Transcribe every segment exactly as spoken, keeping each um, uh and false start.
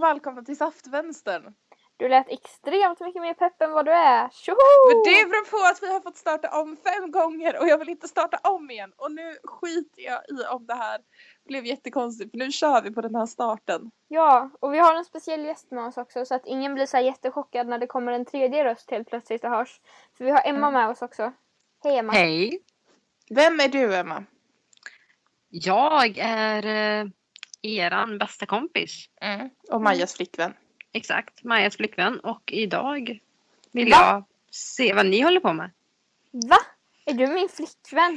och välkomna till Saftvänstern. Du lät extremt mycket mer pepp än vad du är. Tjoho! Men det beror på att vi har fått starta om fem gånger och jag vill inte starta om igen. Och nu skiter jag i om det här blev jättekonstigt, för nu kör vi på den här starten. Ja, och vi har en speciell gäst med oss också, så att ingen blir så här jättechockad när det kommer en tredje röst helt plötsligt och hörs. För vi har Emma Mm. med oss också. Hej Emma. Hej. Vem är du, Emma? Jag är eh, eran bästa kompis. Mm. Och Majas flickvän. Exakt, Majas flickvän. Och idag vill Va? jag se vad ni håller på med. Va? Är du min flickvän?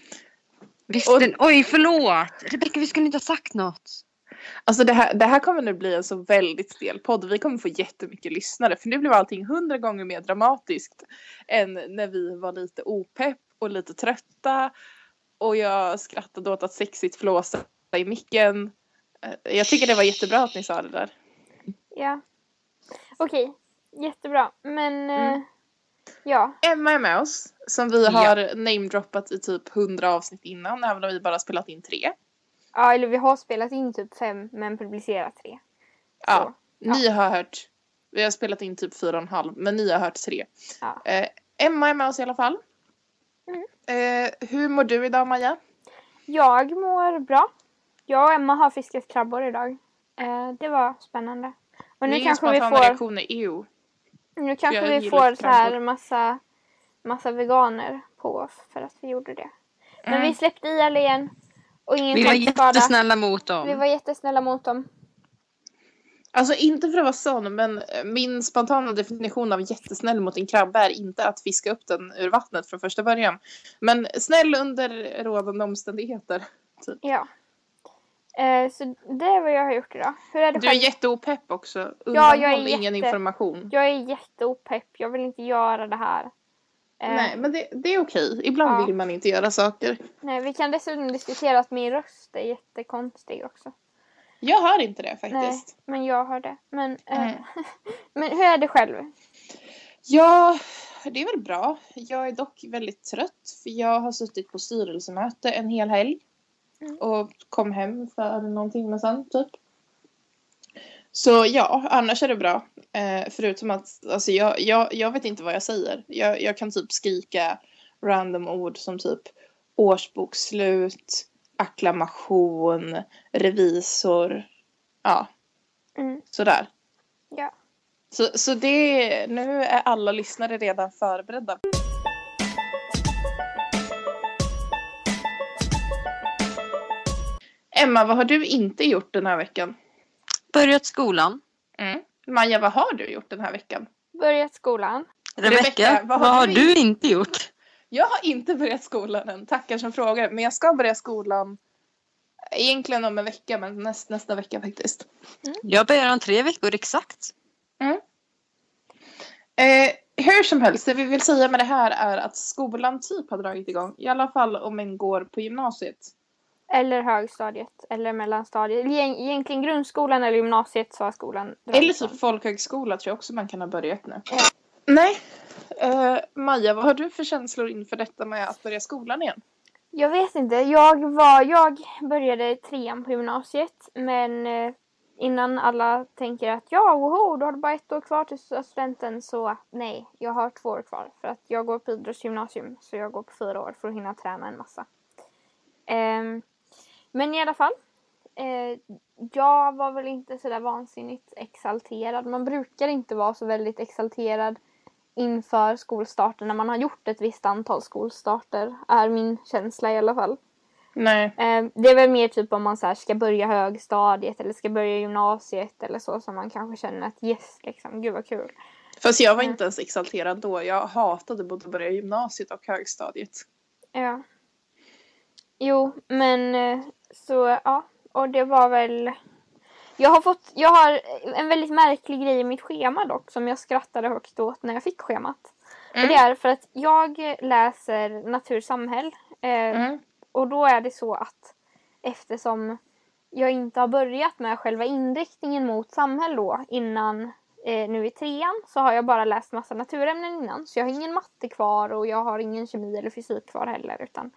Visst, Och- den, oj, förlåt. Rebecka, vi skulle inte ha sagt något. Alltså det här, det här kommer nu bli en så väldigt stel podd. Vi kommer få jättemycket lyssnare. För nu blev allting hundra gånger mer dramatiskt än när vi var lite opepp och lite trötta. Och jag skrattade åt att sexigt flåsa i micken. Eh, Jag tycker det var jättebra att ni sa det där. Ja. Okej, jättebra. Men, Mm. eh, ja. Emma är med oss, som vi Ja. har namedroppat i typ hundra avsnitt innan, även om vi bara spelat in tre. Ja, eller vi har spelat in typ fem, men publicerat tre. Ja, Ja. ni har hört, vi har spelat in typ fyra och en halv, men ni har hört tre. Ja. Eh, Emma är med oss i alla fall. Mm. Eh, hur mår du idag, Maja? Jag mår bra. Jag och Emma har fiskat krabbor idag. Eh, det var spännande. Och nu Min kanske vi spontana får, reaktion är ew. nu kanske jag vi gillar får inte så här krabbor. massa, massa veganer på oss för att vi gjorde det. Men Mm. vi släppte i alla igen. Och ingen Vi var tog skada. jättesnälla mot dem. Vi var jättesnälla mot dem. Alltså inte för att vara sån, men min spontana definition av jättesnäll mot en krabba är inte att fiska upp den ur vattnet från första början. Men snäll under rådande omständigheter. Typ. Ja. Eh, så det är vad jag har gjort idag. Hur är det Du är själv? jätteopepp också. Ja, Undanhåll jag är ingen jätte- information. Jag är jätteopepp. Jag vill inte göra det här. Eh, Nej, men det, det är okej. Ibland Ja. vill man inte göra saker. nej, vi kan dessutom diskutera att min röst är jättekonstig också. Jag hör inte det Nej, faktiskt. men jag har det. Men, eh, Mm. men hur är det själv? Ja, det är väl bra. Jag är dock väldigt trött. För jag har suttit på styrelsemöte en hel helg. Mm. Och kom hem för någon timme sedan typ. Så ja, annars är det bra. Eh, förutom att alltså, jag, jag, jag vet inte vad jag säger. Jag, jag kan typ skrika random ord som typ årsbokslut, acklamation, revisor. Ja, Mm. sådär. Ja. Så, så det, nu är alla lyssnare redan förberedda. Emma, vad har du inte gjort den här veckan? Börjat skolan. Mm. Maja, vad har du gjort den här veckan? Börjat skolan. Rebecka, Rebecka, vad har, du inte gjort? Jag har inte börjat skolan än, tackar som frågar. Men jag ska börja skolan egentligen om en vecka, men näst, nästa vecka faktiskt. Jag börjar om tre veckor exakt. Eh, hur som helst, det vi vill säga med det här är att skolan typ har dragit igång. I alla fall om en går på gymnasiet. Eller högstadiet. Eller mellanstadiet. Egent- Egentligen grundskolan eller gymnasiet så har skolan dragit Eller igång. typ folkhögskola tror jag också man kan ha börjat nu. Ja. Nej. Eh, Maja, vad har du för känslor inför detta med att börja skolan igen? Jag vet inte. Jag, var, jag började trean på gymnasiet. Men eh, innan alla tänker att ja, woho, du har bara ett år kvar till studenten. Så nej, jag har två år kvar. För att jag går på idrottsgymnasium. Så jag går på fyra år för att hinna träna en massa. Ehm, men i alla fall. Eh, jag var väl inte sådär vansinnigt exalterad. Man brukar inte vara så väldigt exalterad inför skolstarten när man har gjort ett visst antal skolstarter, är min känsla i alla fall. Nej. Eh, det är väl mer typ om man så här ska börja högstadiet eller ska börja gymnasiet eller så, som man kanske känner att yes, liksom, gud vad kul. Fast jag var Mm. inte ens exalterad då. Jag hatade både att börja gymnasiet och högstadiet. Ja. Jo, men eh, så ja, och det var väl... Jag har fått, jag har en väldigt märklig grej i mitt schema dock, som jag skrattade högt åt när jag fick schemat. Mm. Och det är för att jag läser natursamhäll. Eh, Mm. Och då är det så att eftersom jag inte har börjat med själva inriktningen mot samhäll då innan eh, nu i trean, så har jag bara läst massa naturämnen innan. Så jag har ingen matte kvar och jag har ingen kemi eller fysik kvar heller, utan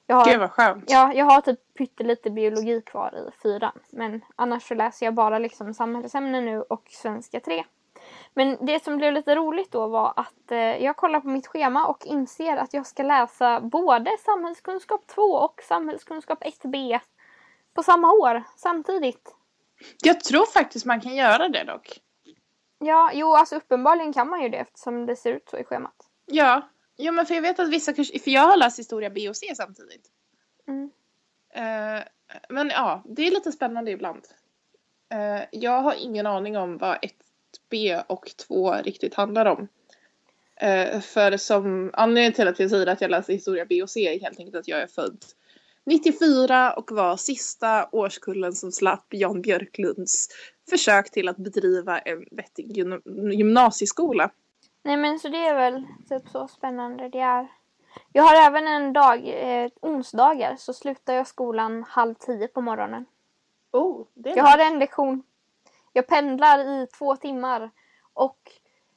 Jag har, Gud vad skönt. ja, jag har typ pyttelite biologi kvar i fyran. Men annars så läser jag bara liksom samhällsämnen nu och svenska tre. Men det som blev lite roligt då var att eh, jag kollar på mitt schema och inser att jag ska läsa både samhällskunskap två och samhällskunskap ett B på samma år samtidigt. Jag tror faktiskt man kan göra det dock. Ja, jo, alltså uppenbarligen kan man ju det eftersom det ser ut så i schemat. Ja, ja men för jag vet att vissa kurser, för jag har läst historia B och C samtidigt. Mm. Uh, men ja, det är lite spännande ibland. Uh, jag har ingen aning om vad ett B och två riktigt handlar om. Uh, för som anledningen till att jag säger att jag läser historia B och C är helt enkelt att jag är född nittiofyra och var sista årskullen som slapp Jan Björklunds försök till att bedriva en vettig gym- gymnasieskola. Nej, men så det är väl typ så spännande det är. Jag har även en dag, eh, onsdagar, så slutar jag skolan halv tio på morgonen. Oh, det är Jag har en lektion. Jag pendlar i två timmar och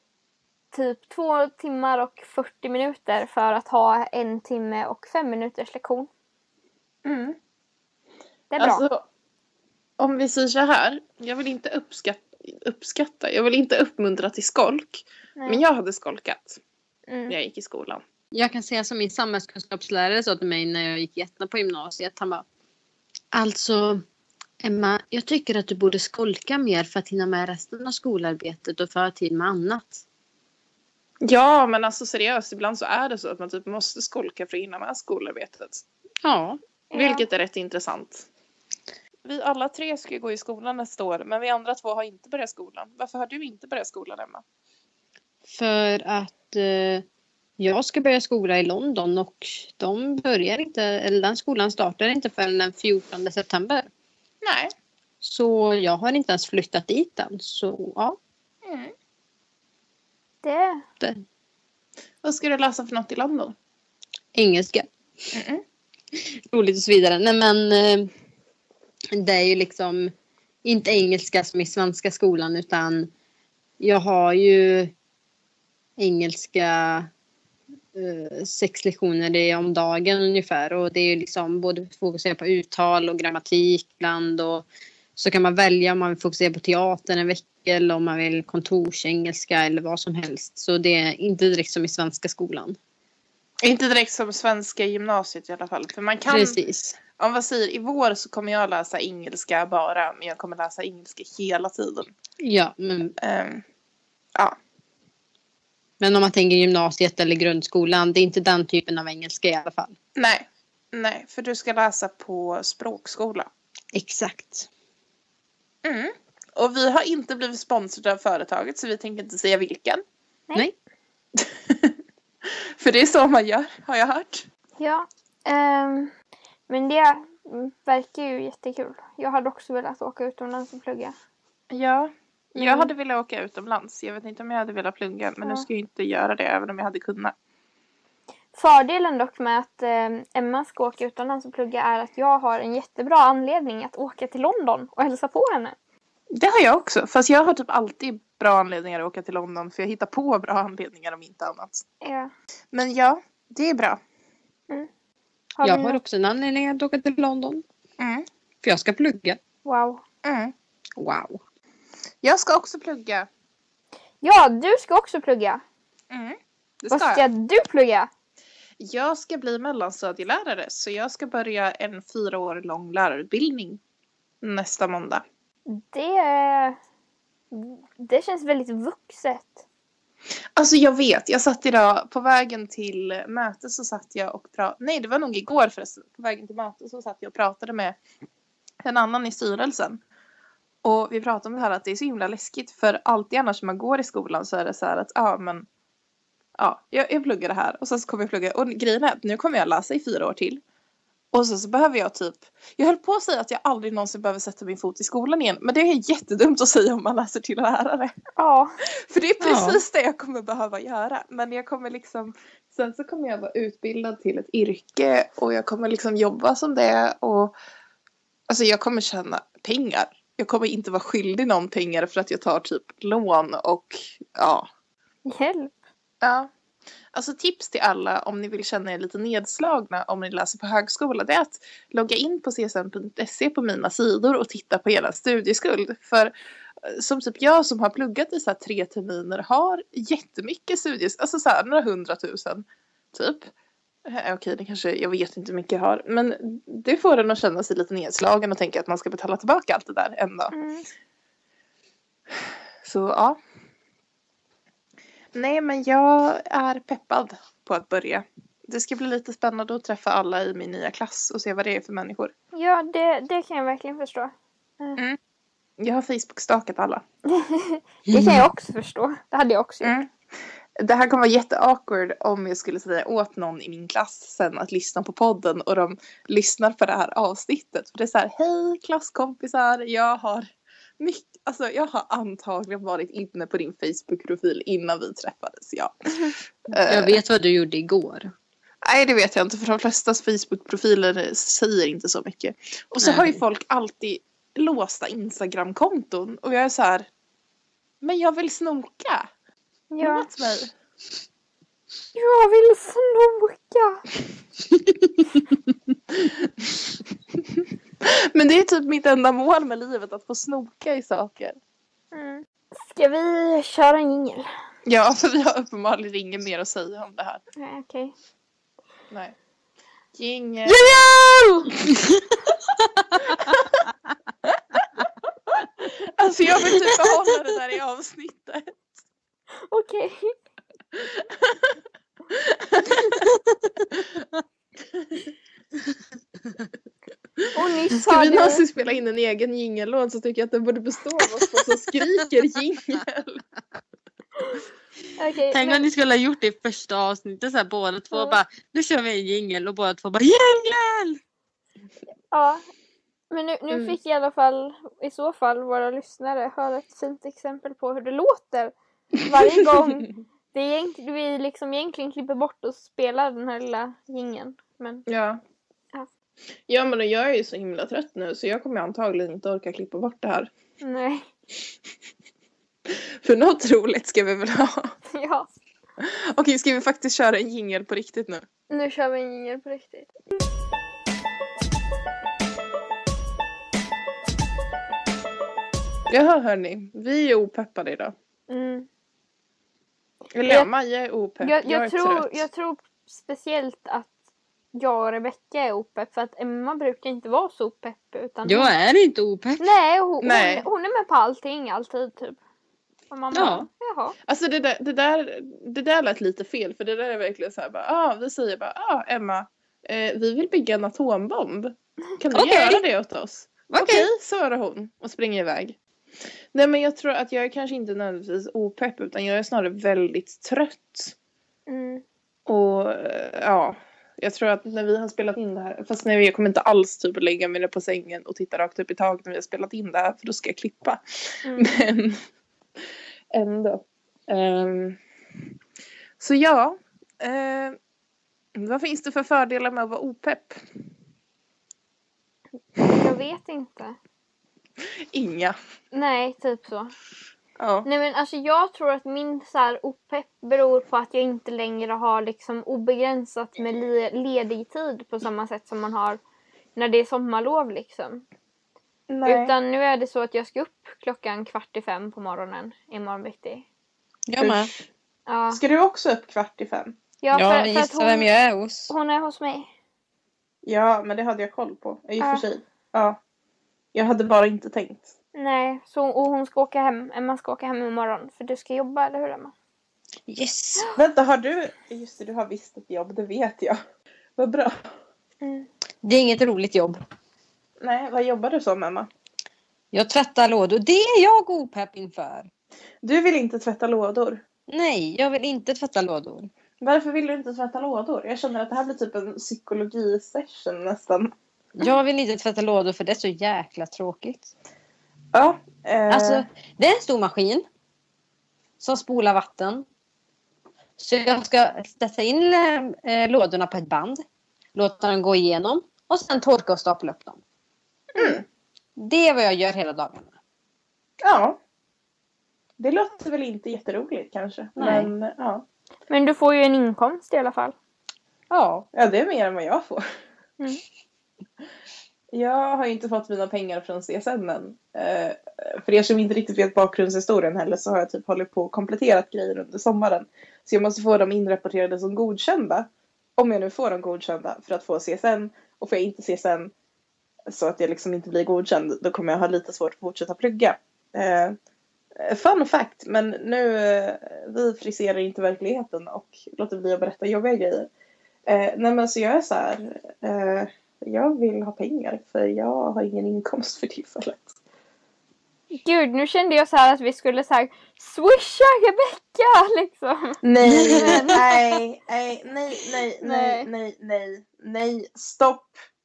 typ två timmar och fyrtio minuter för att ha en timme och fem minuters lektion. Mm. Det är bra. Alltså, om vi säger så här, jag vill inte uppskatta, uppskatta jag vill inte uppmuntra till skolk. Nej. Men jag hade skolkat Mm. när jag gick i skolan. Jag kan säga som min samhällskunskapslärare sa till mig när jag gick i ettan på gymnasiet. Han bara, alltså Emma, jag tycker att du borde skolka mer för att hinna med resten av skolarbetet och för tid med annat. Ja, men alltså seriöst, ibland så är det så att man typ måste skolka för att hinna med skolarbetet. Ja. Ja. Vilket är rätt intressant. Vi alla tre ska gå i skolan nästa år, men vi andra två har inte börjat skolan. Varför har du inte börjat skolan, Emma? För att eh, jag ska börja skola i London och de börjar inte, eller den skolan startar inte förrän den fjortonde september. Nej. Så jag har inte ens flyttat dit än. Så ja. Mm. Det. Det. Vad ska du läsa för något i London? Engelska. Mm-mm. Roligt och så vidare. Nej men eh, det är ju liksom inte engelska som i svenska skolan utan jag har ju engelska eh, sex lektioner om dagen ungefär och det är ju liksom både fokusera på uttal och grammatik ibland och så kan man välja om man vill fokusera på teatern en vecka eller om man vill kontorsengelska eller vad som helst. Så det är inte direkt som i svenska skolan. Inte direkt som svenska gymnasiet i alla fall. För man kan, Precis. om vad säger, i vår så kommer jag läsa engelska bara. Men jag kommer läsa engelska hela tiden. Ja, men, Um, ja. men om man tänker gymnasiet eller grundskolan, det är inte den typen av engelska i alla fall. Nej. Nej, för du ska läsa på språkskola. Exakt. Mm. Och vi har inte blivit sponsrade av företaget så vi tänker inte säga vilken. Nej. Nej. För det är så man gör, har jag hört. Ja. ehm, men det verkar ju jättekul. Jag hade också velat åka utomlands och plugga. Ja, jag Mm. hade velat åka utomlands. Jag vet inte om jag hade velat plugga, men Ja. nu ska jag inte göra det även om jag hade kunnat. Fördelen dock med att eh, Emma ska åka utomlands och plugga är att jag har en jättebra anledning att åka till London och hälsa på henne. Det har jag också, fast jag har typ alltid bra anledningar att åka till London för jag hittar på bra anledningar om inte annat. Ja. Men ja, det är bra. Har Jag vi har något? också en anledning att åka till London. Mm. För jag ska plugga. Wow. Mm. Wow. Jag ska också plugga. Ja, du ska också plugga. Mm. Det Vad ska ska jag. du plugga? Jag ska bli mellanstadielärare så jag ska börja en fyra år lång lärarutbildning nästa måndag. Det, det känns väldigt vuxet. Alltså jag vet, jag satt idag på vägen till mötet så satt jag och pratade, nej det var nog igår förresten, på vägen till mötet så satt jag och pratade med en annan i styrelsen. Och vi pratade om det här att det är så himla läskigt för alltid annars när man går i skolan så är det så här att ja men ja, jag, jag pluggar det här och sen så kommer jag plugga och grejen är att nu kommer jag läsa i fyra år till. Och så, så behöver jag typ, jag höll på att säga att jag aldrig någonsin behöver sätta min fot i skolan igen. Men det är jättedumt att säga om man läser till lärare. Ja. För det är precis det jag kommer behöva göra. Men jag kommer liksom, sen så kommer jag vara utbildad till ett yrke. Och jag kommer liksom jobba som det. Och alltså jag kommer tjäna pengar. Jag kommer inte vara skyldig någon pengar för att jag tar typ lån och ja. Hjälp. Ja. alltså tips till alla om ni vill känna er lite nedslagna om ni läser på högskola, det är att logga in på c s n punkt se på mina sidor och titta på era studieskuld. För som typ jag som har pluggat i så här tre terminer har jättemycket studieskuld, alltså så här några hundratusen typ. Eh, Okej, det kanske, jag vet inte hur mycket jag har, men det får en att känna sig lite nedslagen och tänka att man ska betala tillbaka allt det där ändå. Mm. Så ja. Nej, men jag är peppad på att börja. Det ska bli lite spännande att träffa alla i min nya klass och se vad det är för människor. Ja, det, det kan jag verkligen förstå. Mm. Jag har Facebook-stakat alla. Det kan jag också förstå. Det hade jag också gjort. Mm. Det här kommer vara jätteawkward om jag skulle säga åt någon i min klass sen att lyssna på podden och de lyssnar på det här avsnittet. För det är så här, hej klasskompisar, jag har mycket, alltså jag har antagligen varit inne på din Facebook-profil innan vi träffades, ja. Jag vet vad du gjorde igår. Nej, det vet jag inte, för de flesta Facebook-profiler säger inte så mycket. Och så Nej. har ju folk alltid låsta Instagram-konton och jag är så här, men jag vill snoka. Ja. Låt mig. Jag vill snoka. Men det är typ mitt enda mål med livet, att få snoka i saker. Mm. Ska vi köra en jingel? Ja, för vi har uppenbarligen inget mer att säga om det här. Nej, okej. Nej. Jingel! Jingel! Alltså jag vill typ behålla det där i avsnittet. Okej. Och nyss Ska har vi du... någonsin spela in en egen jingellåt så tycker jag att den borde bestå av oss som skriker jingel. Okej, Tänk om men- ni skulle ha gjort det i första avsnittet så här, båda två Ja. bara, nu kör vi en jingel och båda två bara, jingel! Ja. Men nu, nu Mm. fick i alla fall, i så fall, våra lyssnare höra ett fint exempel på hur det låter varje gång. Det är egentligen, vi liksom egentligen klipper bort och spelar den här lilla jingeln. Men Ja. Ja. Ja, men jag är ju så himla trött nu så jag kommer antagligen inte orka klippa bort det här. nej. För något roligt ska vi väl ha. Ja. Okej, ska vi faktiskt köra en jingel på riktigt nu? Nu kör vi en jingel på riktigt. Jaha hörni, vi är opeppade idag. Mm. Eller ja, Jag- Maja är opepp, Jag, jag, jag, är tror, trött. jag tror speciellt att jag och Rebecka är opepp. För att Emma brukar inte vara så opepp. Utan Jag är inte opepp. Nej, hon, Nej. Hon, hon är med på allting alltid typ. Och man bara, Ja. jaha. Alltså det där, det, där, det där lät lite fel, för det där är verkligen så här bara, ah, vi säger bara, ah Emma, eh, vi vill bygga en atombomb. Kan du Okej. göra det åt oss? Okej, Okej. svarar hon och springer iväg. Nej, men jag tror att jag är kanske inte nödvändigtvis opepp, utan jag är snarare väldigt trött. Mm. Och eh, ja, jag tror att när vi har spelat in det här, fast nej, jag kommer inte alls typ att lägga mig ner på sängen och titta rakt upp i taget när vi har spelat in det här, för då ska jag klippa. Mm. Men ändå. Ehm, så ja, eh, vad finns det för fördelar med att vara opepp? Jag vet inte. Inga. Nej, typ så. Ja. Nej men alltså jag tror att min så här opepp beror på att jag inte längre har liksom obegränsat med le- ledig tid på samma sätt som man har när det är sommarlov liksom. Nej. Utan nu är det så att jag ska upp klockan kvart i fem på morgonen imorgon bitti. Jag med. Ja, Ska du också upp kvart i fem? ja, Ja, för, för att gissa vem hon, jag är hos. hon är hos mig. Ja, men det hade jag koll på. I och Ja. för sig. Ja. Jag hade bara inte tänkt. Nej, så, och hon ska åka hem. Emma ska åka hem imorgon. För du ska jobba, eller hur Emma? Yes. Vänta, har du... Just det, du har visst ett jobb, det vet jag. Vad bra. Mm. Det är inget roligt jobb. Nej, vad jobbar du som, Emma? Jag tvättar lådor. Det är jag opepp inför. Du vill inte tvätta lådor. Nej, jag vill inte tvätta lådor. Varför vill du inte tvätta lådor? Jag känner att det här blir typ en psykologi-session nästan. Jag vill inte tvätta lådor för det är så jäkla tråkigt. Ja. Eh, Alltså, det är en stor maskin som spolar vatten. Så jag ska sätta in eh, lådorna på ett band. Låta dem gå igenom. Och sen torka och stapla upp dem. Mm. Det är vad jag gör hela dagen. Ja. Det låter väl inte jätteroligt kanske. Nej. Men ja. Men du får ju en inkomst i alla fall. Ja, ja det är mer än vad jag får. Mm. Jag har ju inte fått mina pengar från C S N än. Eh, för er som inte riktigt vet bakgrundshistorien heller så har jag typ hållit på och kompletterat grejer under sommaren. Så jag måste få dem inrapporterade som godkända. Om jag nu får dem godkända för att få C S N. Och får jag inte C S N så att jag liksom inte blir godkänd, då kommer jag ha lite svårt att fortsätta plugga. Eh, fun fact, men nu eh, vi friserar inte verkligheten och låter bli att berätta jobbiga grejer. Eh, nej men så jag är så här, eh, jag vill ha pengar för jag har ingen inkomst för tillfället. Gud, nu kände jag så här att vi skulle säga swisha Rebecca liksom. Nej, nej, nej, nej, nej, Nej. nej, nej, nej, nej, stopp.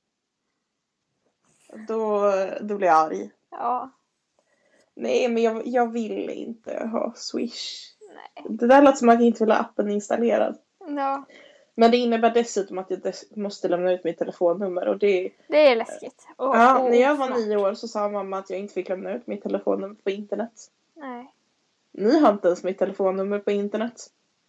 Då, då blir jag arg. Ja. Nej, men jag, jag vill inte ha Swish. Nej. Det där låter som att jag inte vill ha appen installerad. Ja, Men det innebär dessutom att jag dess- måste lämna ut mitt telefonnummer. Och det, det är läskigt. Och, ja, och när jag var smart. nio år så sa mamma att jag inte fick lämna ut mitt telefonnummer på internet. Nej. Ni har inte ens mitt telefonnummer på internet.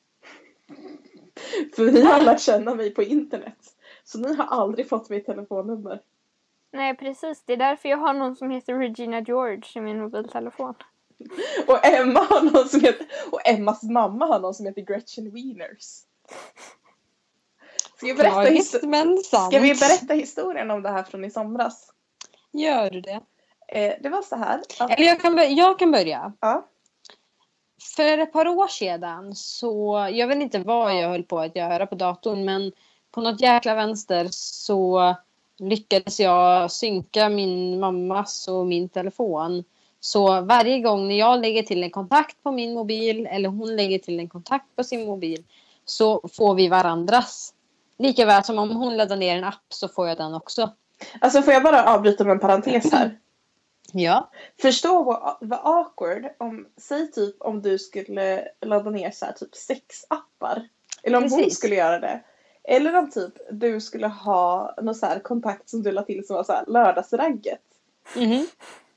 För ni har lärt känna mig på internet. Så ni har aldrig fått mitt telefonnummer. Nej, precis. Det är därför jag har någon som heter Regina George i min mobiltelefon. Och Emma har någon som heter... Och Emmas mamma har någon som heter Gretchen Wieners. Ska, jag berätta Tragiskt, histo- men sant. Ska vi berätta historien om det här från i somras? Gör du det? Eh, det var så här. Att, Eller jag kan, bör- jag kan börja. ja. För ett par år sedan så, jag vet inte vad jag höll på att göra på datorn, men på något jäkla vänster så lyckades jag synka min mammas och min telefon. Så varje gång när jag lägger till en kontakt på min mobil eller hon lägger till en kontakt på sin mobil så får vi varandras. Likaväl som om hon laddar ner en app så får jag den också. Alltså får jag bara avbryta med en parentes här? Ja. Förstå vad, vad awkward om, säg typ om du skulle ladda ner så här typ sex appar. Eller om hon Precis. skulle göra det. Eller om typ du skulle ha någon så här kontakt som du la till som var så här lördagsragget. Mhm.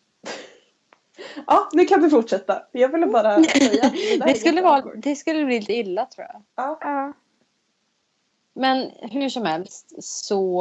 Ja, nu kan du fortsätta. Jag ville bara säga att det, där är Det skulle, vara, jätteawkward. det skulle bli lite illa tror jag. Ja. Ja. Men hur som helst så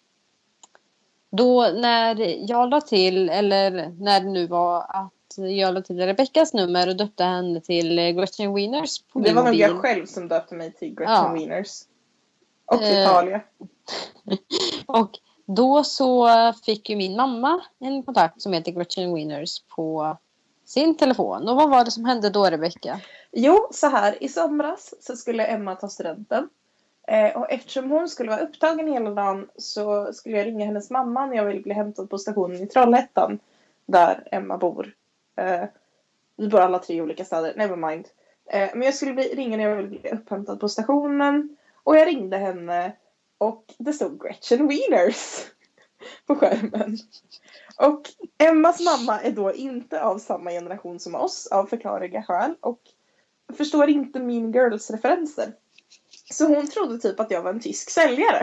då när jag la till, eller när det nu var att jag la till Rebeckas nummer och döpte henne till Gretchen Wieners på Det min var nog mobil. jag själv som döpte mig till Gretchen Ja. Wieners. Och Eh. Italia. Och då så fick ju min mamma en kontakt som heter Gretchen Wieners på sin telefon. Och vad var det som hände då, Rebecka? Jo, så här. I somras så skulle Emma ta studenten. Eh, och eftersom hon skulle vara upptagen hela dagen så skulle jag ringa hennes mamma när jag ville bli hämtad på stationen i Trollhättan. Där Emma bor. Eh, vi bor alla tre i olika städer, never mind. Eh, men jag skulle bli, ringa när jag ville bli upphämtad på stationen. Och jag ringde henne och det stod Gretchen Wieners på skärmen. Och Emmas mamma är då inte av samma generation som oss av förklarliga skäl. Och förstår inte Mean Girls-referenser. Så hon trodde typ att jag var en tysk säljare.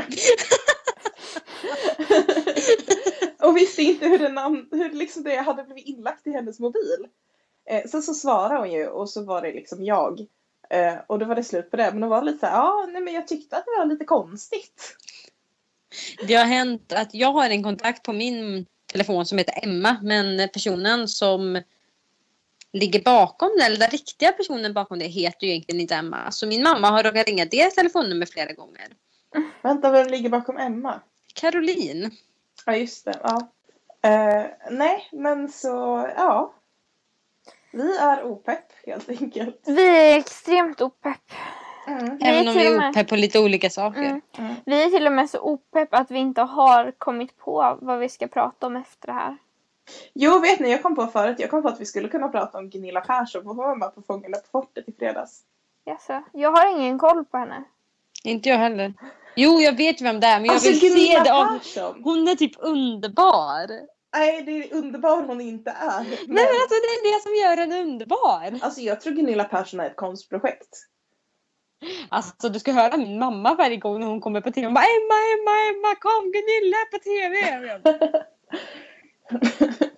Och visste inte hur, det, namn, hur liksom det hade blivit inlagt i hennes mobil. Eh, sen så svarade hon ju och så var det liksom jag. Eh, och då var det slut på det. Men det var lite så här, ja nej men jag tyckte att det var lite konstigt. Det har hänt att jag har en kontakt på min telefon som heter Emma, men personen som ligger bakom det, eller den riktiga personen bakom det, heter ju egentligen inte Emma. Så min mamma har råkat ringa deras telefonnummer flera gånger. Vänta, vem ligger bakom Emma? Caroline. Ja just det, ja. Eh, nej men så, ja. Vi är opepp helt enkelt. Vi är extremt opepp. Mm. Vi är Även om till vi och är med- opepp på lite olika saker. Mm. Mm. Vi är till och med så opepp att vi inte har kommit på vad vi ska prata om efter det här. Jo, vet ni, jag kom på förut. Jag kom på att vi skulle kunna prata om Gunilla Persson. Hon var med på Fångarna på fortet i fredags. Jaså? Jag har ingen koll på henne. Inte jag heller. Jo, jag vet vem det är, men jag Alltså vill se Gunilla det. Av... Persson. Hon är typ underbar. Nej, det är underbar hon inte är. Men, Nej, men alltså det är det som gör henne underbar. alltså jag tror Gunilla Persson är ett konstprojekt. Alltså du ska höra min mamma varje gång när hon kommer på tv. Hon bara, Emma, Emma, Emma, kom Gunilla på tv.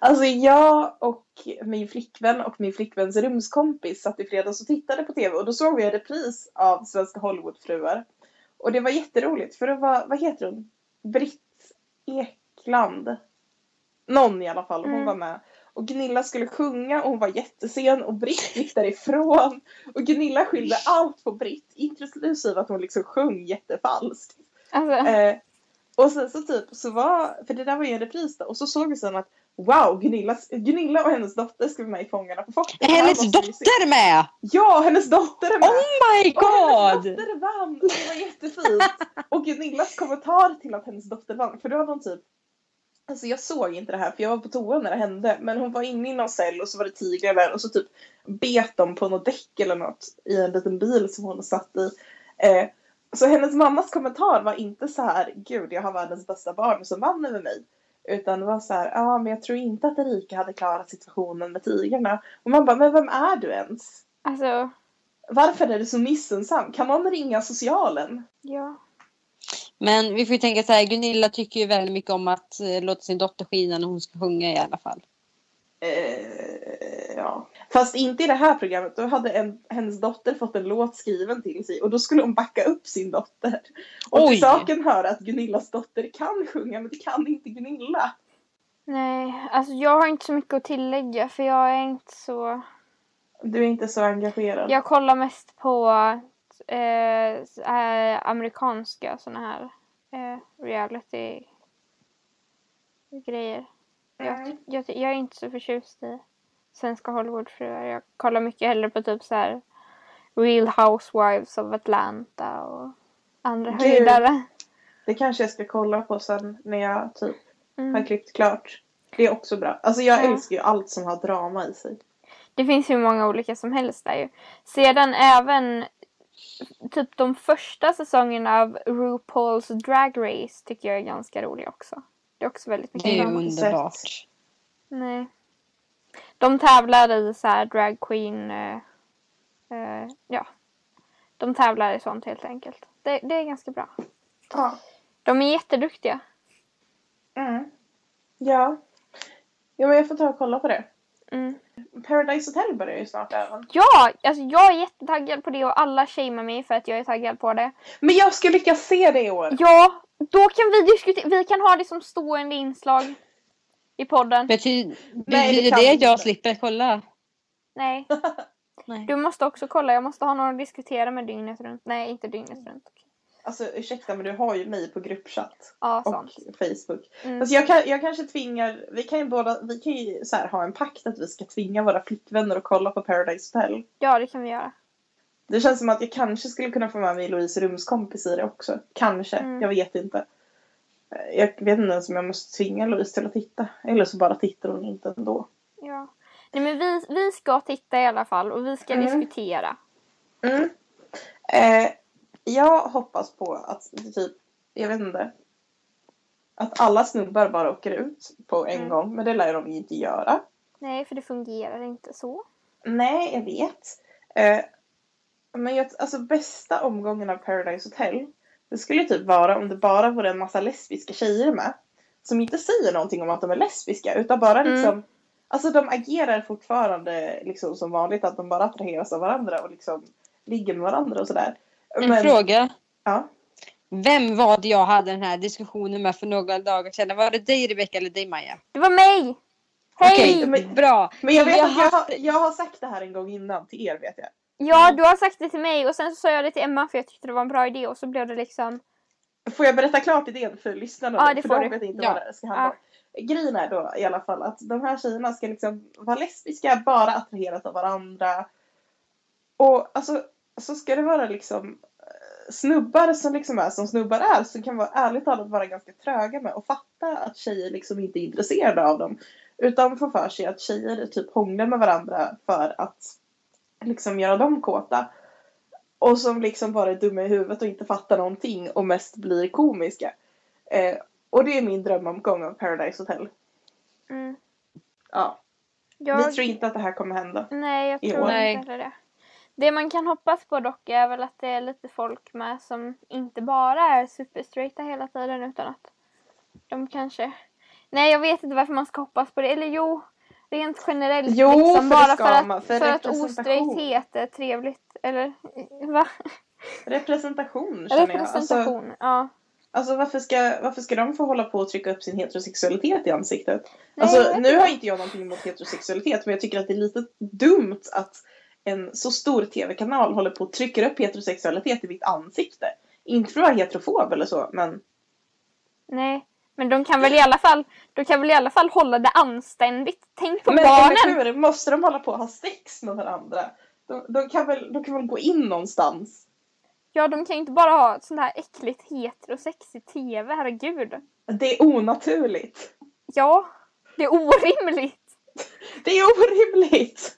Alltså jag och min flickvän och min flickväns rumskompis satt i fredags och tittade på tv. Och då såg vi en repris av Svenska Hollywoodfruar. Och det var jätteroligt. För det var, vad heter hon? Britt Ekland. Någon i alla fall, hon Mm. var med. Och Gunilla skulle sjunga och hon var jättesen. Och Britt gick därifrån. Och Gunilla skyllde allt på Britt. Inklusive att hon liksom sjöng jättefalskt. Alltså, Eh, och sen så typ så var, för det där var ju en repris då, och så såg vi sen att wow, Gunilla, Gunilla och hennes dotter ska vara med i Fångarna på fortet. Är hennes dotter med? Ja, hennes dotter är med. Oh my Och hennes god! dotter vann, och det var jättefint. Och Gunillas kommentar till att hennes dotter vann, för då hade hon typ, alltså jag såg inte det här för jag var på toa när det hände, men hon var inne i någon cell och så var det tigrar där och så typ bet de på något däck eller något i en liten bil som hon satt i. Eh, Så hennes mammas kommentar var inte så här, gud jag har världens bästa barn som vann över mig. Utan det var så här, ja men jag tror inte att Erika hade klarat situationen med tigrarna. Och man bara, men vem är du ens? alltså, Varför är du så missunnsam? Kan någon ringa socialen? ja. Men vi får ju tänka så här, Gunilla tycker ju väldigt mycket om att eh, låta sin dotter skina när hon ska sjunga i alla fall. Eh, ja. Fast inte i det här programmet. Då hade en, hennes dotter fått en låt skriven till sig. Och då skulle hon backa upp sin dotter. Och Oj. till saken hör att Gunillas dotter kan sjunga, men det kan inte Gunilla. Nej, alltså jag har inte så mycket att tillägga för jag är inte så... Du är inte så engagerad. Jag kollar mest på eh, äh, amerikanska såna här eh, reality grejer. Mm. Jag, jag, jag är inte så förtjust i Svenska Hollywoodfruar. Jag kollar mycket hellre på typ så här Real Housewives of Atlanta och andra Gud. höjdare. Det kanske jag ska kolla på sen när jag typ Mm. har klippt klart. Det är också bra. Alltså jag Ja. älskar ju allt som har drama i sig. Det finns ju många olika som helst där ju. Sedan även typ de första säsongerna av RuPaul's Drag Race tycker jag är ganska roliga också. Det är också väldigt mycket Det är har man inte underbart. Nej. De tävlar i så här drag queen. Eh, eh, ja. De tävlar i sånt helt enkelt. Det, det är ganska bra. Ja. De är jätteduktiga. Mm. Ja. Ja, men jag får ta och kolla på det. Mm. Paradise Hotel börjar ju snart även. Ja, alltså jag är jättetaggad på det och alla shamear mig för att jag är taggad på det. Men jag ska lyckas se det i år. Ja, då kan vi diskutera. Vi kan ha det som stående inslag i podden. Betyder, Nej, det betyder kan det vi att jag inte. slipper kolla? Nej, Nej. du måste också kolla. Jag måste ha någon att diskutera med dygnet runt. Nej, inte dygnet runt. Alltså ursäkta, men du har ju mig på gruppchatt. Ja, Och sant. Facebook. Mm. Alltså jag, kan, jag kanske tvingar, vi kan ju båda, vi kan ju så här ha en pakt att vi ska tvinga våra flickvänner att kolla på Paradise Hotel. Ja, det kan vi göra. Det känns som att jag kanske skulle kunna få med mig Louise rumskompis i det också. Kanske, Mm. jag vet inte. Jag vet inte ens om jag måste tvinga Louise till att titta. Eller så bara tittar hon inte ändå. Ja. Nej, men vi, vi ska titta i alla fall och vi ska Mm. diskutera. Mm. Eh, jag hoppas på att det typ, jag vet inte. Att alla snubbar bara åker ut på en Mm. gång. Men det lär de ju inte göra. Nej, för det fungerar inte så. Nej, jag vet. Eh, men jag, alltså bästa omgången av Paradise Hotel, det skulle typ vara om det bara vore en massa lesbiska tjejer med. Som inte säger någonting om att de är lesbiska, utan bara Mm. liksom, alltså de agerar fortfarande liksom som vanligt, att de bara attraheras av varandra och liksom ligger med varandra och sådär. En fråga. Ja. Vem var det jag hade den här diskussionen med för några dagar sedan? Var det dig Rebecca eller dig Maja? Det var mig! Hej! Okej, men- bra. Men jag vet Jag att jag haft- har, jag har sagt det här en gång innan till er, vet jag. Ja, du har sagt det till mig och sen så sa jag det till Emma för jag tyckte det var en bra idé och så blev det liksom... Får jag berätta klart idén för lyssnarna? Ja, då? det för får de du. vet inte Ja. vad det ska handla om. Grejen är då i alla fall att de här tjejerna ska liksom vara lesbiska, bara attraheras av varandra. Och alltså, så ska det vara liksom eh, snubbar som liksom är som snubbar är, som kan vara ärligt talat vara ganska tröga med och fatta att tjejer liksom inte är intresserade av dem. Utan får för sig att tjejer typ hånglar med varandra för att liksom göra dem kåta. Och som liksom bara är dumma i huvudet och inte fattar någonting och mest blir komiska. Eh, och det är min drömomgång av Paradise Hotel. Mm. Ja. Jag... Vi tror inte att det här kommer hända. Nej, jag i tror år. Nej. inte heller det. Det man kan hoppas på dock är väl att det är lite folk med som inte bara är superstraighta hela tiden utan att de kanske... Nej, jag vet inte varför man ska hoppas på det. Eller jo, rent generellt. Jo, liksom, för bara det ska för att, man, för för att representation. ostrikthet är trevligt. Eller va? Representation känner jag. Alltså, Representation, ja. alltså varför ska, varför ska de få hålla på och trycka upp sin heterosexualitet i ansiktet? Nej, Alltså jag vet nu inte. har inte jag någonting emot heterosexualitet, men jag tycker att det är lite dumt att en så stor tv-kanal håller på och trycker upp heterosexualitet i mitt ansikte. Inte för att vara heterofob eller så, men... Nej, men de kan väl i alla fall, de kan väl i alla fall hålla det anständigt. Tänk på Men barnen. eller hur, måste de hålla på att ha sex med varandra? De, de, kan väl, de kan väl gå in någonstans? Ja, de kan ju inte bara ha sånt här äckligt heterosex i tv, herregud. Det är onaturligt. Ja, det är orimligt. Det är orimligt!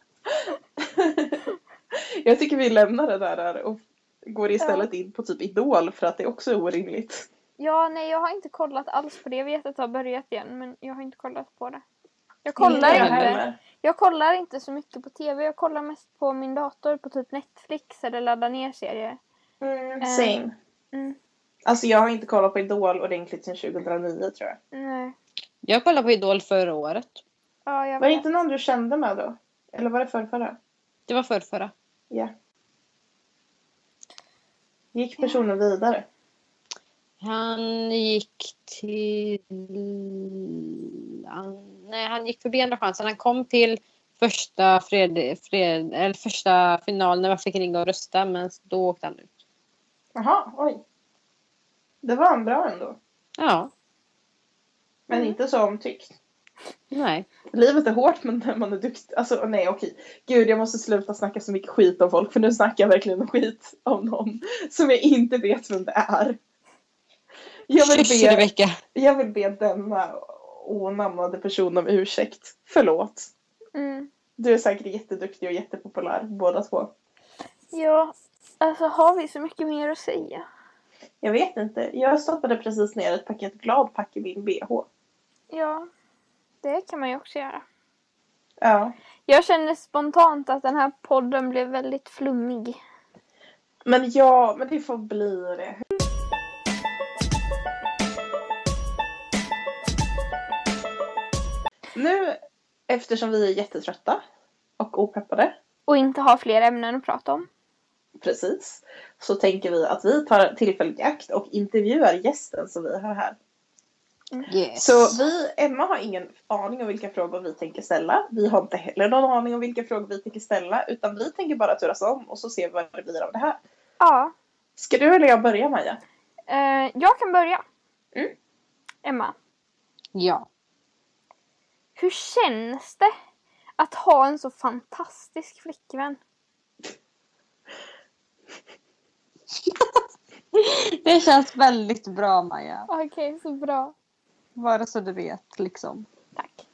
Jag tycker vi lämnar det där och går istället in på typ Idol för att det också är orimligt. Ja, nej, jag har inte kollat alls på det. Jag vet att det har börjat igen, men jag har inte kollat på det. Jag kollar Inte jag inte. heller. Jag kollar inte så mycket på tv. Jag kollar mest på min dator på typ Netflix eller laddar ner serier. Mm, Eh, same. Mm, Alltså jag har inte kollat på Idol ordentligt sedan tjugohundranio tror jag. nej. Jag kollade på Idol förra året. Ja, jag Var det vet. inte någon du kände med då? Eller var det förrförra? Det var förrförra. Ja. Gick personen vidare? Han gick till... Han... Nej, han gick förbi Andra chansen. Han kom till första, fred... Fred... Eller första final när man fick ringa och rösta. Men då åkte han ut. Jaha, oj. Det var en bra ändå. Ja, Men Mm. inte så omtyckt. nej. Livet är hårt men när man är duktig. Alltså nej okej. Gud jag måste sluta snacka så mycket skit om folk. För nu snackar jag verkligen skit om någon som jag inte vet vem det är. Jag vill Kyss, be, Rebecka. jag vill be denna onamnade person om ursäkt. Förlåt. Mm. Du är säkert jätteduktig och jättepopulär båda två. Ja, alltså har vi så mycket mer att säga? Jag vet inte. Jag stoppade precis ner ett paket Gladpack i min B H. Ja, det kan man ju också göra. Ja. Jag känner spontant att den här podden blev väldigt flummig. Men ja, men det får bli det. Nu, eftersom vi är jättetrötta och opeppade, Och inte ha fler ämnen att prata om. precis, så tänker vi att vi tar tillfället i akt och intervjuar gästen som vi har här. Yes. Så vi, Emma har ingen aning om vilka frågor vi tänker ställa. Vi har inte heller någon aning om vilka frågor vi tänker ställa, utan vi tänker bara turas om och så ser vi vad det blir av det här. Ja, Ska du eller jag börja, Maja? eh, jag kan börja. Mm. Emma, Ja. hur känns det att ha en så fantastisk flickvän? Det känns väldigt bra, Maja. Okej, okay, så bra. Bara så du vet, liksom. Tack.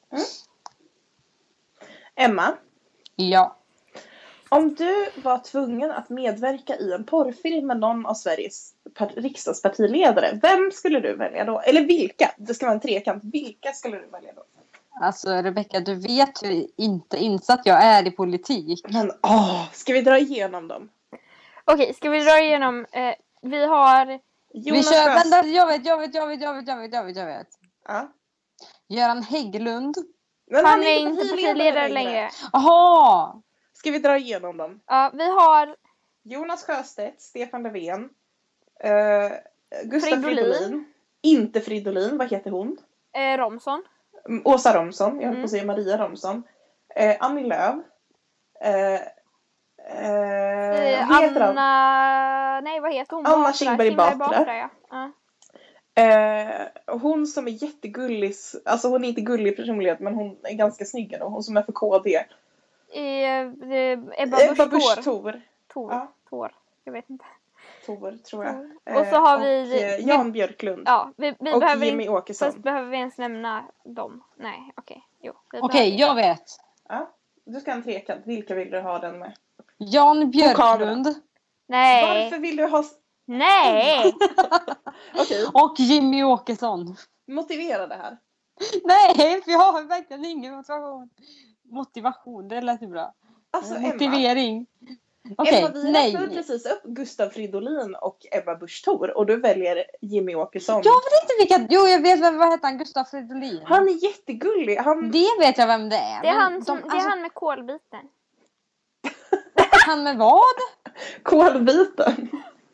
Emma, Ja. om du var tvungen att medverka i en porrfilm med någon av Sveriges par- riksdagspartiledare, vem skulle du välja då? Eller vilka? Det ska vara en trekant. Vilka skulle du välja då? Alltså, Rebecka, du vet hur inte insatt jag är i politik. Men åh, ska vi dra igenom dem? Okej, okay, ska vi dra igenom? Eh, vi har... Jonas Vi kör, Sjöstedt. vänta, jag vet, jag vet, jag vet, jag vet, jag vet, jag vet, jag vet. Ja. Göran Hägglund. Men Han är inte partiledare längre. Jaha! Ska vi dra igenom dem? Ja, vi har Jonas Sjöstedt, Stefan Löfven, uh, Gustav Fridolin. Fridolin. Inte Fridolin, vad heter hon? eh, Romson. Mm, Åsa Romson, jag höll på Mm. att säga Maria Romson. Uh, Annie Lööf. Uh, Eh, vad heter hon? Anna... Nej, vad heter hon? Anna Batra. Kinberg Batra. Batra, ja. Ja. Eh, hon som är jättegullig, alltså hon är inte gullig i personlighet men hon är ganska snygg då. Hon som är för K D. Eh, eh, Ebba Ebba Busch Busch Thor. Thor. Thor. Ja. Thor. Jag vet inte. Thor tror jag. Thor. Och så har vi- och, eh, Jan Björklund. Ja, vi, vi och behöver Jimmy inte... Åkesson. Fast behöver vi ens nämna dem? Nej, okej. Jo. vi Okej, behöver- jag vet. Ja, du ska ha en trekant. Vilka vill du ha den med? Jan Björklund Nej. Varför vill du ha... Nej. Okej, och Jimmy Åkesson. motivera det här. Nej, för jag har verkligen ingen motivation. Motivation, det lät ju bra. Alltså Emma, Motivering. Okej, Emma, vi nej. räknade precis upp Gustav Fridolin och Ebba Busch Thor och du väljer Jimmy Åkesson. Jag vet inte vilka... Jo, jag vet vem, vad heter han? Gustav Fridolin. Han är jättegullig. Han... Det vet jag vem det är. Det är, men han, som, de, det är alltså, han med kolbiten. han med vad? Kolbiten.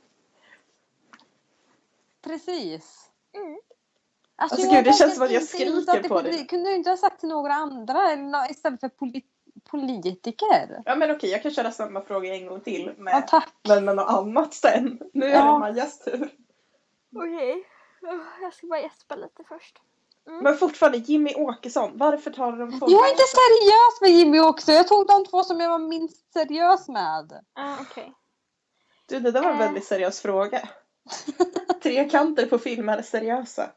Mm. Precis. Alltså, jag gud, det har känns som att jag verkligen inte skriker insett på det. dig. Kunde du inte ha sagt till några andra eller nå- istället för poli- politiker? Ja, men okej, jag kan köra samma fråga en gång till med, Ja, tack. men med något annat sen. Nu är Ja. det Majas tur. Okej. Okay. Jag ska bara gäspa lite först. Mm. Men fortfarande, Jimmy Åkesson. Varför tar du de två? Jag är inte seriös med Jimmy också. Jag tog de två som jag var minst seriös med. Ah, okej. Okay. Du, det där var en Eh. väldigt seriös fråga. Trekanter på film är seriösa.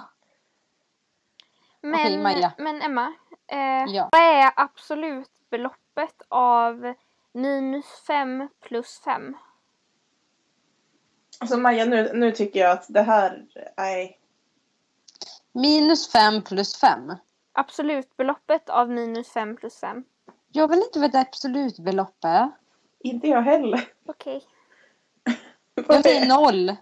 Men, Okej, Maja. men Emma, eh, Ja. vad är absolut beloppet av minus fem plus fem? Alltså Maja, nu, nu tycker jag att det här, nej. Minus fem plus fem. Absolut beloppet av minus fem plus fem. Jag vill inte veta absolut beloppet. Inte jag heller. Okej. Vad Jag säger är, noll.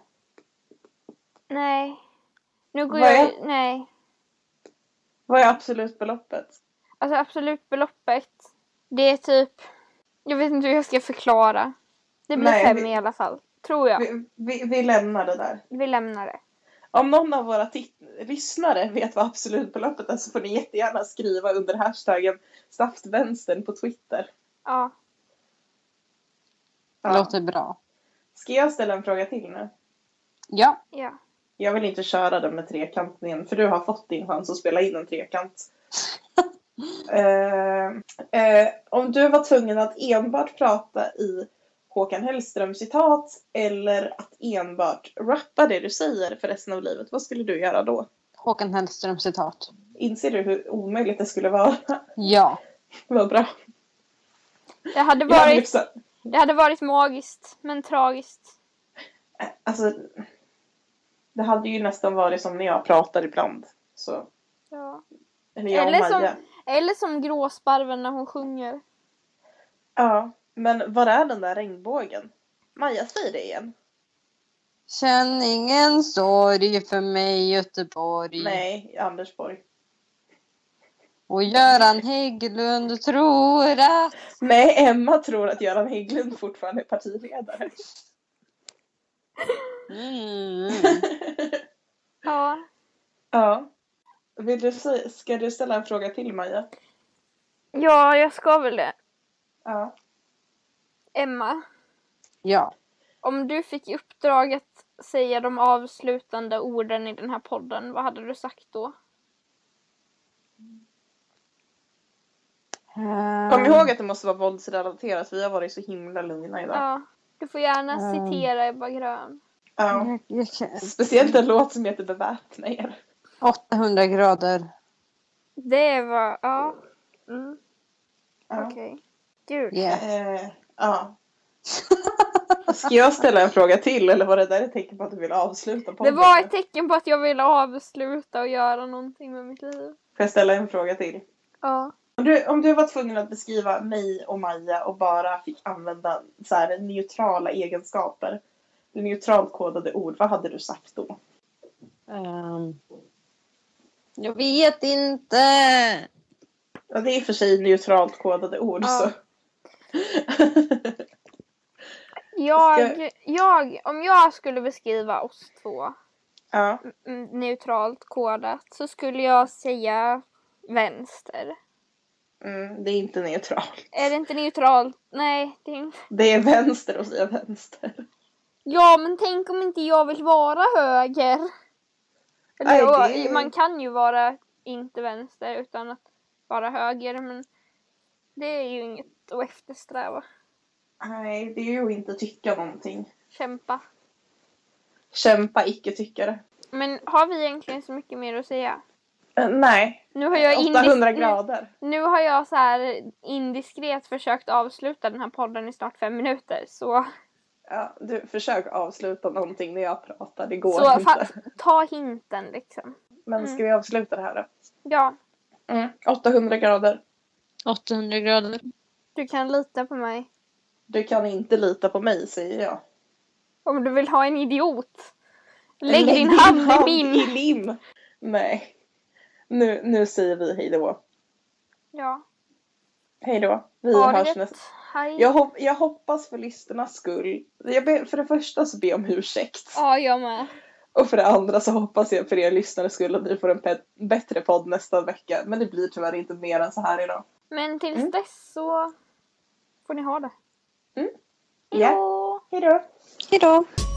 Nej. Nu går Vad är- jag... Nej. vad är absolut beloppet? Alltså absolut beloppet. Det är typ... Jag vet inte hur jag ska förklara. Det blir Nej, fem vi- i alla fall. Tror jag. Vi, vi, vi lämnar det där. Vi lämnar det. Om någon av våra tit- lyssnare vet vad absolut beloppet är så får ni jättegärna skriva under hashtaggen saftvänstern på Twitter. Ja. Ja. Låter bra. Ska jag ställa en fråga till nu? Ja. Ja. Jag vill inte köra den med trekantningen för du har fått din chans att spela in en trekant. eh, eh, om du var tvungen att enbart prata i Håkan Hellström citat eller att enbart rappa det du säger för resten av livet, vad skulle du göra då? Håkan Hellström citat. Inser du hur omöjligt det skulle vara? Ja. Vad bra. Det hade Jag hade varit, liksom, det hade varit magiskt, men tragiskt. alltså, det hade ju nästan varit som när jag pratar ibland. Så, Ja. eller jag och Eller som, Maja. eller som Gråsparven när hon sjunger. Ja, men var är den där regnbågen? Maja, säg det igen. Känn ingen sorg för mig Göteborg. Nej, Anders Borg. Och Göran Hägglund tror att... Nej, Emma tror att Göran Hägglund fortfarande är partiledare. Mm. Ja. Ja. Vill du säga, ska du ställa en fråga till Maja? Ja, jag ska väl det. Ja. Emma, Ja. om du fick i uppdrag att säga de avslutande orden i den här podden, vad hade du sagt då? Kom ihåg att det måste vara våldsrelaterat. Vi har varit så himla lugna idag. Ja, du får gärna Mm. citera Ebba Grön. Ja. Jag, jag kan... Speciellt en låt som heter Beväpna er. åttahundra grader. Det var, ja. Mm. Ja. Okej. Gud. Yeah. Eh, ja. Ska jag ställa en fråga till eller var det där ett tecken på att du vill avsluta podden? Det var ett tecken på att jag ville avsluta och göra någonting med mitt liv. Får jag ställa en fråga till? Ja. Om du, om du var tvungen att beskriva mig och Maja och bara fick använda så här neutrala egenskaper, neutralt kodade ord, vad hade du sagt då? Um, jag vet inte. Ja, det är i och för sig neutralt kodade ord Ja. så. Jag, jag, om jag skulle beskriva oss två Ja. mm, neutralt kodat så skulle jag säga vänster. Mm, det är inte neutralt. Är det inte neutralt? Nej, det är inte. Det är vänster att säga vänster. Ja, men tänk om inte jag vill vara höger. Eller, Nej, ja, det är- man kan ju vara inte vänster utan att vara höger, men det är ju inget att eftersträva. Nej, det är ju att inte tycka någonting. Kämpa. Kämpa icke-tyckare. Men har vi egentligen så mycket mer att säga? Uh, nej, Nu har jag åttahundra indis- grader. Nu, nu har jag så här indiskret försökt avsluta den här podden i snart fem minuter. Så, Ja, du, försök avsluta någonting när jag pratar, det går så inte. fa- ta hinten liksom. Men ska vi avsluta det här då? Ja, Mm. åttahundra grader. åttahundra grader. du kan lita på mig. Du kan inte lita på mig, säger jag. Om du vill ha en idiot. Lägg, Lägg din hand, hand i min. i lim. Nej. Nu, nu säger vi hej då. Ja. Hej då. Vi ha hörs nästa. Jag, hop- jag hoppas för lyssnarnas skull. Jag ber, för det första så ber jag om ursäkt. Ja, jag med. Och för det andra så hoppas jag för er lyssnares skull att ni får en pe- bättre podd nästa vecka. Men det blir tyvärr inte mer än så här idag. Men tills mm. dess så får ni ha det. Mm. Ja. Hejdå. Hejdå. Hejdå.